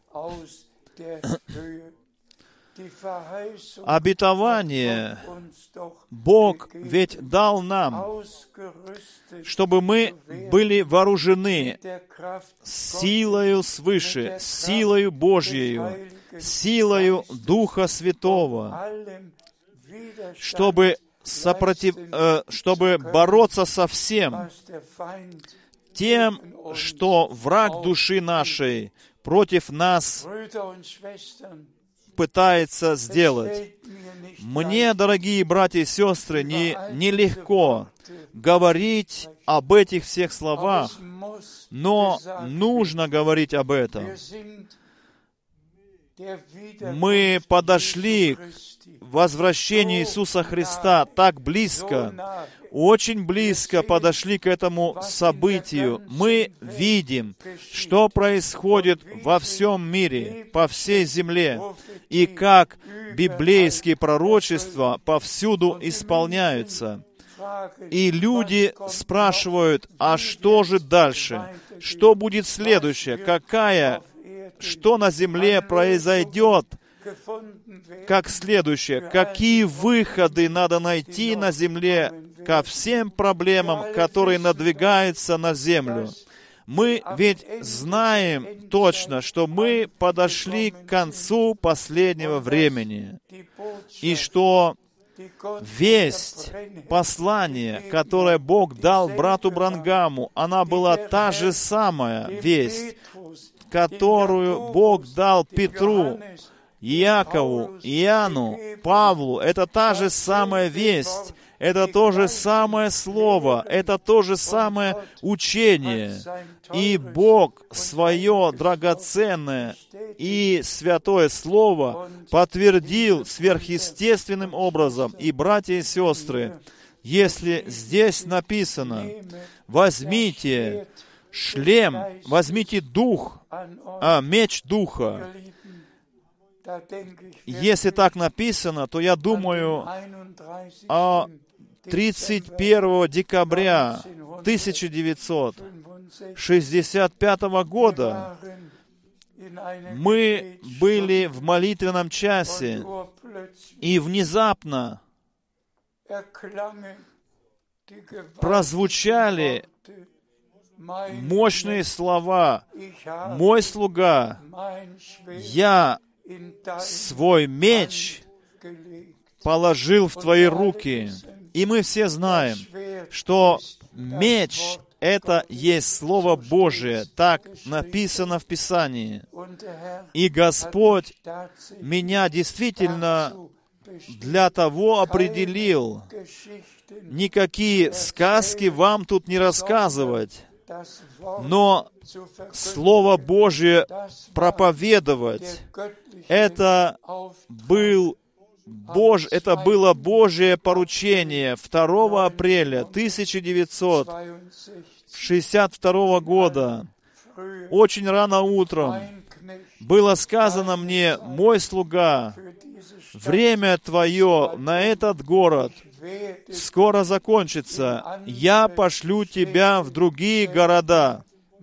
Обетование Бог ведь дал нам, чтобы мы были вооружены силою свыше, силою Божьею, силою Духа Святого, чтобы, сопротив... э, чтобы бороться со всем тем, что враг души нашей против нас пытается сделать. Мне, дорогие братья и сестры, не, нелегко говорить об этих всех словах, но нужно говорить об этом. Мы подошли к возвращению Иисуса Христа так близко, очень близко подошли к этому событию. Мы видим, что происходит во всем мире, по всей земле, и как библейские пророчества повсюду исполняются. И люди спрашивают, а что же дальше? Что будет следующее? Какая, что на земле произойдет? Как следующее? Какие выходы надо найти на земле ко всем проблемам, которые надвигаются на землю? Мы ведь знаем точно, что мы подошли к концу последнего времени, и что весть, послание, которое Бог дал брату Бранхаму, она была та же самая весть, которую Бог дал Петру, Иакову, Иоанну, Павлу. Это та же самая весть, это то же самое слово, это то же самое учение. И Бог свое драгоценное и святое слово подтвердил сверхъестественным образом. И, братья и сестры, если здесь написано, возьмите шлем, возьмите дух, а, меч духа. Если так написано, то я думаю о тридцать первого декабря тысяча девятьсот шестьдесят пятого года мы были в молитвенном часе, и внезапно прозвучали мощные слова: «Мой слуга, я свой меч положил в твои руки». И мы все знаем, что меч — это есть Слово Божие, так написано в Писании. И Господь меня действительно для того определил. Никакие сказки вам тут не рассказывать, но Слово Божие проповедовать. Это был Бож... это было Божие поручение второго апреля тысяча девятьсот шестьдесят второго года. Очень рано утром было сказано мне: «Мой слуга, время твое на этот город скоро закончится. Я пошлю тебя в другие города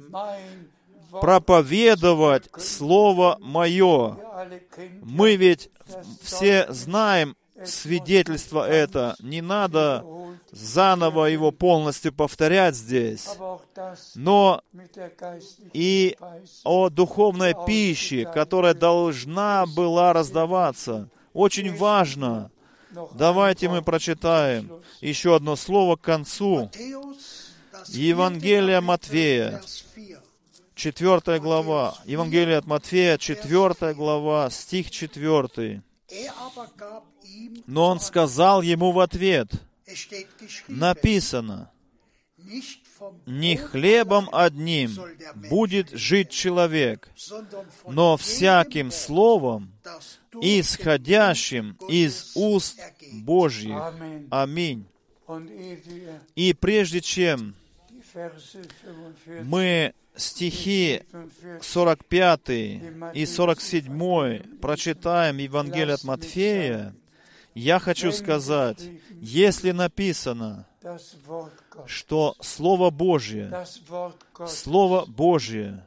проповедовать Слово Мое». Мы ведь все знаем свидетельство это. Не надо заново его полностью повторять здесь. Но и о духовной пище, которая должна была раздаваться. Очень важно. Давайте мы прочитаем еще одно слово к концу. Евангелие Матфея, четвертая глава. Евангелие от Матфея, четвертая глава, стих четвертый. Но он сказал ему в ответ, написано: «Не хлебом одним будет жить человек, но всяким словом, исходящим из уст Божьих». Аминь. И прежде чем мы стихи сорок пятый и сорок седьмой прочитаем Евангелие от Матфея, я хочу сказать, если написано, что Слово Божье, Слово Божье,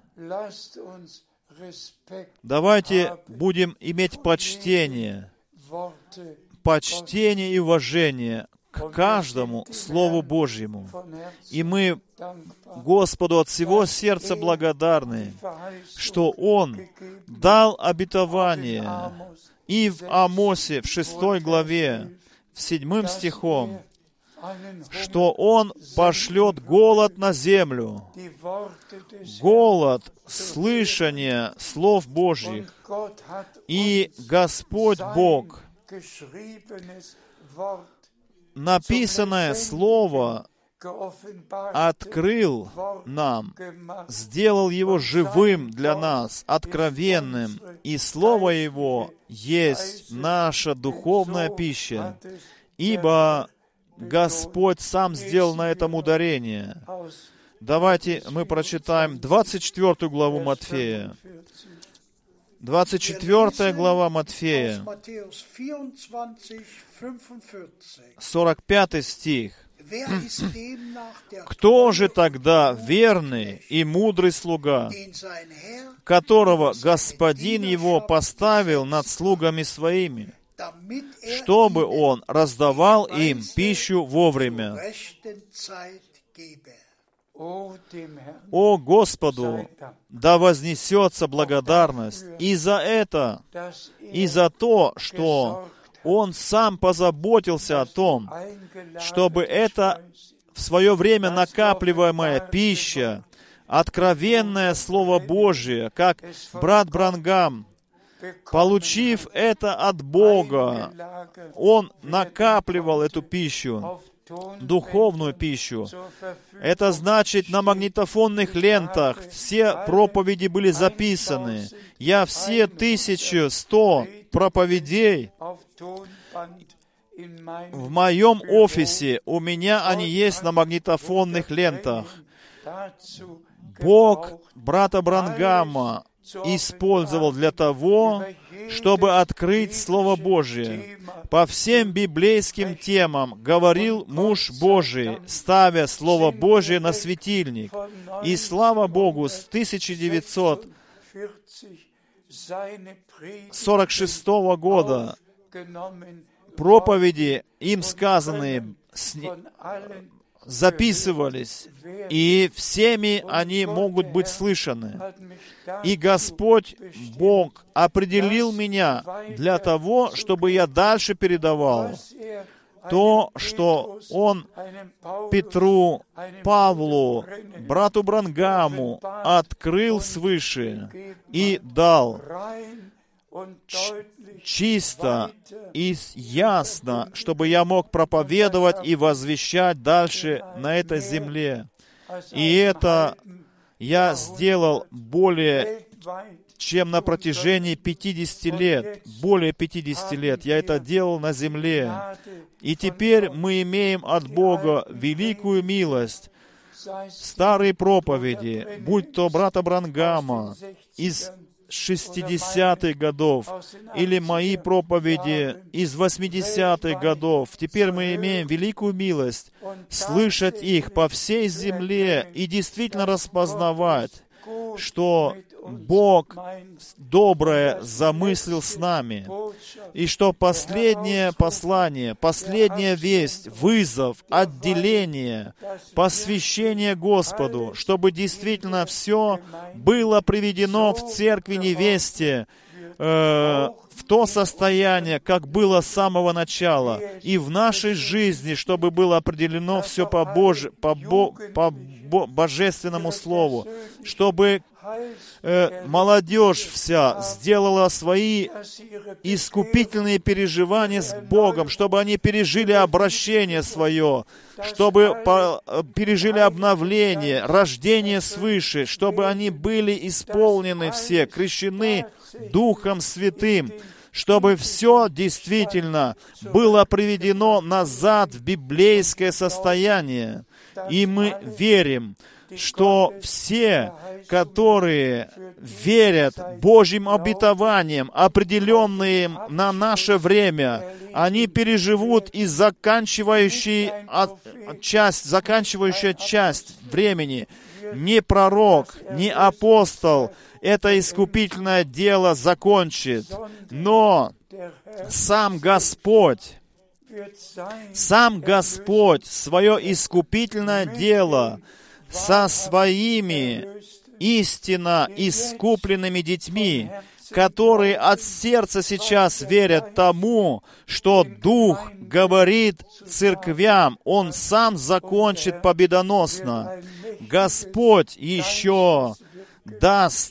давайте будем иметь почтение, почтение и уважение к каждому Слову Божьему. И мы Господу от всего сердца благодарны, что Он дал обетование и в Амосе, в шестой главе, в седьмым стихом, что Он пошлет голод на землю, голод слышания слов Божьих. И Господь Бог написанное Слово открыл нам, сделал его живым для нас, откровенным, и Слово Его есть наша духовная пища, ибо Господь Сам сделал на этом ударение. Давайте мы прочитаем двадцать четвёртую главу Матфея. двадцать четвёртая глава Матфея, сорок пятый стих. «Кто же тогда верный и мудрый слуга, которого господин его поставил над слугами своими, чтобы он раздавал им пищу вовремя? О Господу, да вознесется благодарность и за это, и за то, что Он Сам позаботился о том, чтобы эта в свое время накапливаемая пища, откровенное Слово Божие, как брат Бранхам, получив это от Бога, он накапливал эту пищу, духовную пищу. Это значит, на магнитофонных лентах все проповеди были записаны. Я все тысяча сто проповедей в моем офисе, у меня они есть на магнитофонных лентах. Бог брата Бранхама использовал для того, чтобы открыть Слово Божие. По всем библейским темам говорил муж Божий, ставя Слово Божие на светильник. И слава Богу, с тысяча девятьсот сорок шестого года проповеди, им сказанные, записывались, и всеми они могут быть слышаны. И Господь Бог определил меня для того, чтобы я дальше передавал то, что Он Петру, Павлу, брату Бранхаму открыл свыше и дал чисто и ясно, чтобы я мог проповедовать и возвещать дальше на этой земле. И это я сделал более чем на протяжении пятидесяти лет. Более пятидесяти лет я это делал на земле. И теперь мы имеем от Бога великую милость. Старые проповеди, будь то брата Бранхама из шестидесятых годов, или мои проповеди из восьмидесятых годов. Теперь мы имеем великую милость слышать их по всей земле и действительно распознавать, что Бог доброе замыслил с нами, и что последнее послание, последняя весть, вызов, отделение, посвящение Господу, чтобы действительно все было приведено в церкви невесте, э, в то состояние, как было с самого начала, и в нашей жизни, чтобы было определено все по, Боже, по, Бо, по Бо, Божественному Слову, чтобы э, молодежь вся сделала свои искупительные переживания с Богом, чтобы они пережили обращение свое, чтобы по, пережили обновление, рождение свыше, чтобы они были исполнены все, крещены Духом Святым, чтобы все действительно было приведено назад в библейское состояние. И мы верим, что все, которые верят Божьим обетованиям, определенным на наше время, они переживут и заканчивающий часть, заканчивающая часть времени. Ни пророк, ни апостол это искупительное дело закончит, но сам Господь, сам Господь свое искупительное дело со своими истинно искупленными детьми которые от сердца сейчас верят тому, что Дух говорит церквям, Он сам закончит победоносно. Господь еще даст,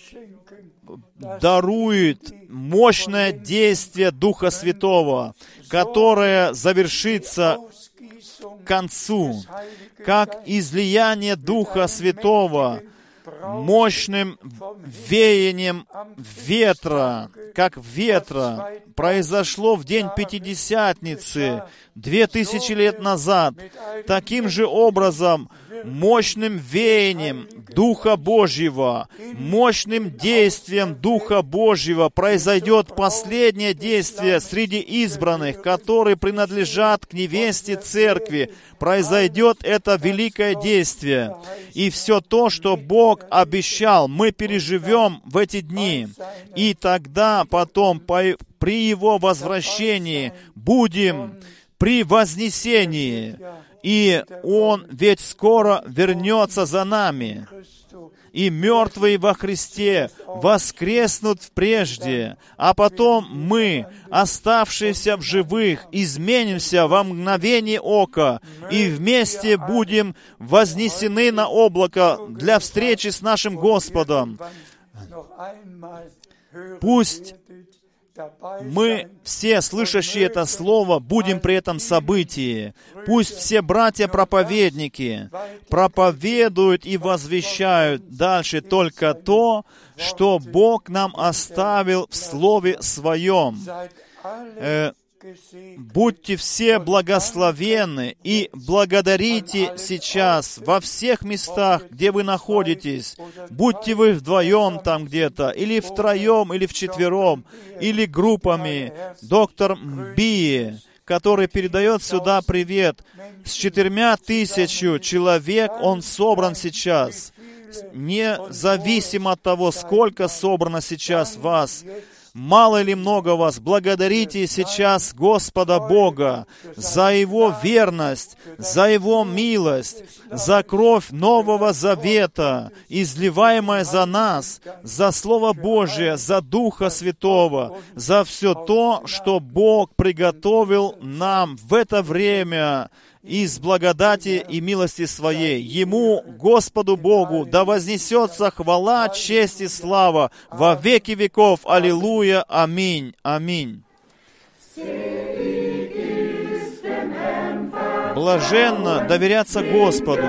дарует мощное действие Духа Святого, которое завершится к концу, как излияние Духа Святого, мощным веянием ветра, как ветра, произошло в день Пятидесятницы, две тысячи лет назад. Таким же образом, мощным веянием Духа Божьего, мощным действием Духа Божьего произойдет последнее действие среди избранных, которые принадлежат к невесте Церкви. Произойдет это великое действие. И все то, что Бог обещал, мы переживем в эти дни. И тогда потом, при Его возвращении, будем при вознесении. И Он ведь скоро вернется за нами. И мертвые во Христе воскреснут прежде, а потом мы, оставшиеся в живых, изменимся во мгновение ока и вместе будем вознесены на облако для встречи с нашим Господом. Пусть мы, все слышащие это слово, будем при этом событии. Пусть все братья-проповедники проповедуют и возвещают дальше только то, что Бог нам оставил в Слове Своем. Э, Будьте все благословенны и благодарите сейчас во всех местах, где вы находитесь. Будьте вы вдвоем там где-то, или втроем, или вчетвером, или группами. Доктор Мбии, который передает сюда привет, с четырьмя тысячами человек он собран сейчас. Независимо от того, сколько собрано сейчас вас, мало или много вас, благодарите сейчас Господа Бога за Его верность, за Его милость, за кровь Нового Завета, изливаемая за нас, за Слово Божие, за Духа Святого, за все то, что Бог приготовил нам в это время из благодати и милости Своей. Ему, Господу Богу, да вознесется хвала, честь и слава во веки веков. Аллилуйя. Аминь. Аминь. Блаженно доверяться Господу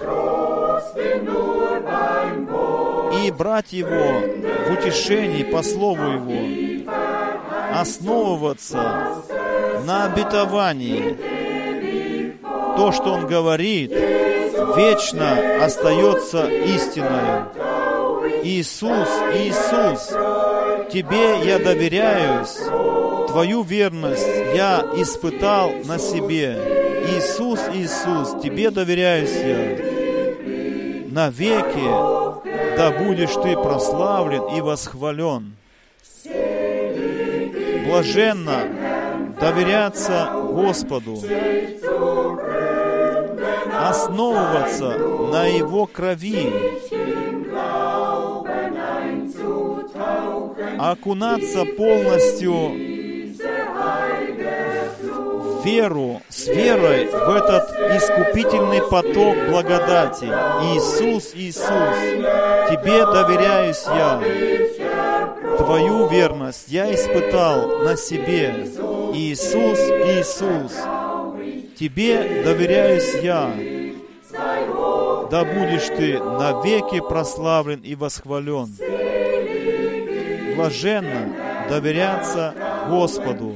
и брать Его в утешении по Слову Его, основываться на обетовании. То, что Он говорит, вечно остается истиной. Иисус, Иисус, Тебе я доверяюсь, Твою верность я испытал на себе. Иисус, Иисус, Тебе доверяюсь я. Навеки да будешь Ты прославлен и восхвален. Блаженно доверяться Господу, основываться на Его крови, окунаться полностью в веру, с верой в этот искупительный поток благодати. Иисус, Иисус, Тебе доверяюсь я. Твою верность я испытал на себе. Иисус, Иисус, Тебе доверяюсь я. Да будешь Ты навеки прославлен и восхвален. Блаженно доверяться Господу.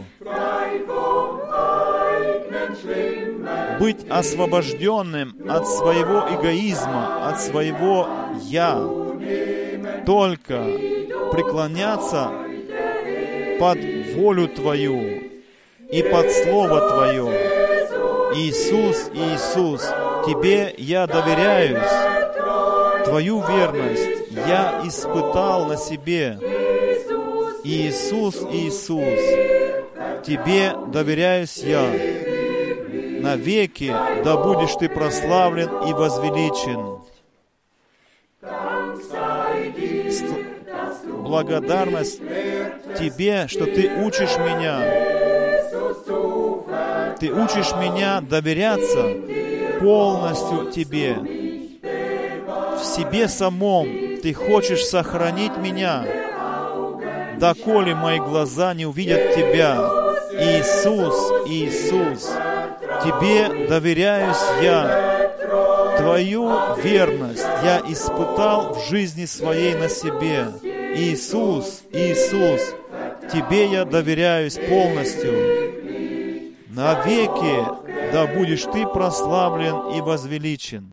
Быть освобожденным от своего эгоизма, от своего «я». Только преклоняться под волю Твою и под Слово Твое. Иисус, Иисус, Тебе я доверяюсь. Твою верность я испытал на себе. Иисус, Иисус, Тебе доверяюсь я. Навеки да будешь Ты прославлен и возвеличен. Благодарность Тебе, что Ты учишь меня. Ты учишь меня доверяться полностью Тебе. В себе самом Ты хочешь сохранить меня, доколе мои глаза не увидят Тебя. Иисус, Иисус, Тебе доверяюсь я. Твою верность я испытал в жизни своей на себе. Иисус, Иисус, Тебе я доверяюсь полностью. Навеки да будешь Ты прославлен и возвеличен.